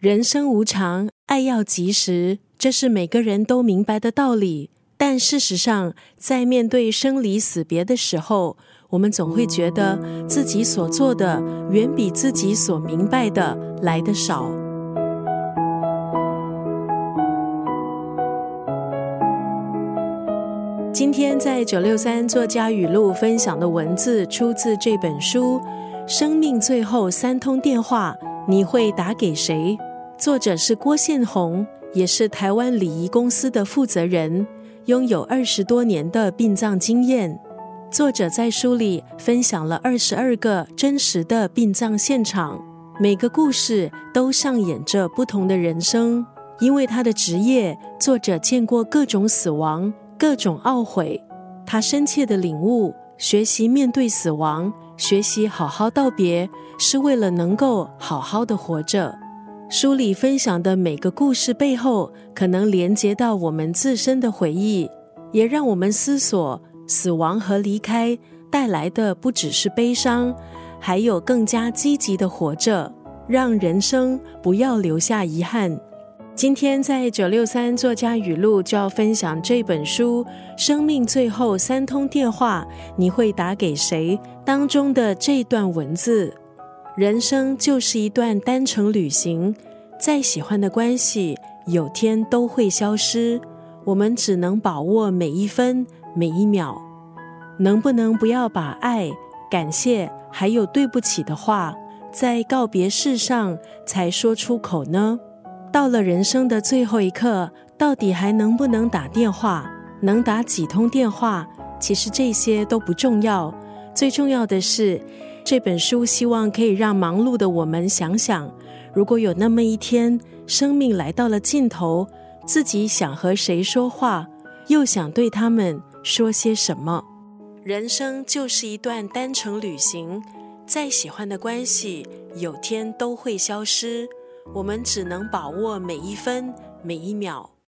人生无常，爱要及时，这是每个人都明白的道理。但事实上，在面对生离死别的时候，我们总会觉得自己所做的远比自己所明白的来得少。今天在963作家语录分享的文字出自这本书《生命最后3通电话，你会打给谁》。作者是郭宪宏，也是台湾礼仪公司的负责人，拥有20多年的殡葬经验。作者在书里分享了22个真实的殡葬现场，每个故事都上演着不同的人生。因为他的职业，作者见过各种死亡，各种懊悔。他深切的领悟，学习面对死亡，学习好好道别，是为了能够好好的活着。书里分享的每个故事背后，可能连接到我们自身的回忆，也让我们思索死亡和离开带来的不只是悲伤，还有更加积极的活着，让人生不要留下遗憾。今天在963作家语录就要分享这本书《生命最后3通电话，你会打给谁》当中的这段文字。人生就是一段单程旅行，再喜欢的关系有天都会消失，我们只能把握每一分每一秒。能不能不要把爱、感谢还有对不起的话在告别式上才说出口呢？到了人生的最后一刻，到底还能不能打电话？能打几通电话？其实这些都不重要，最重要的是这本书希望可以让忙碌的我们想想，如果有那么一天生命来到了尽头，自己想和谁说话，又想对他们说些什么。人生就是一段单程旅行，再喜欢的关系有天都会消失，我们只能把握每一分每一秒。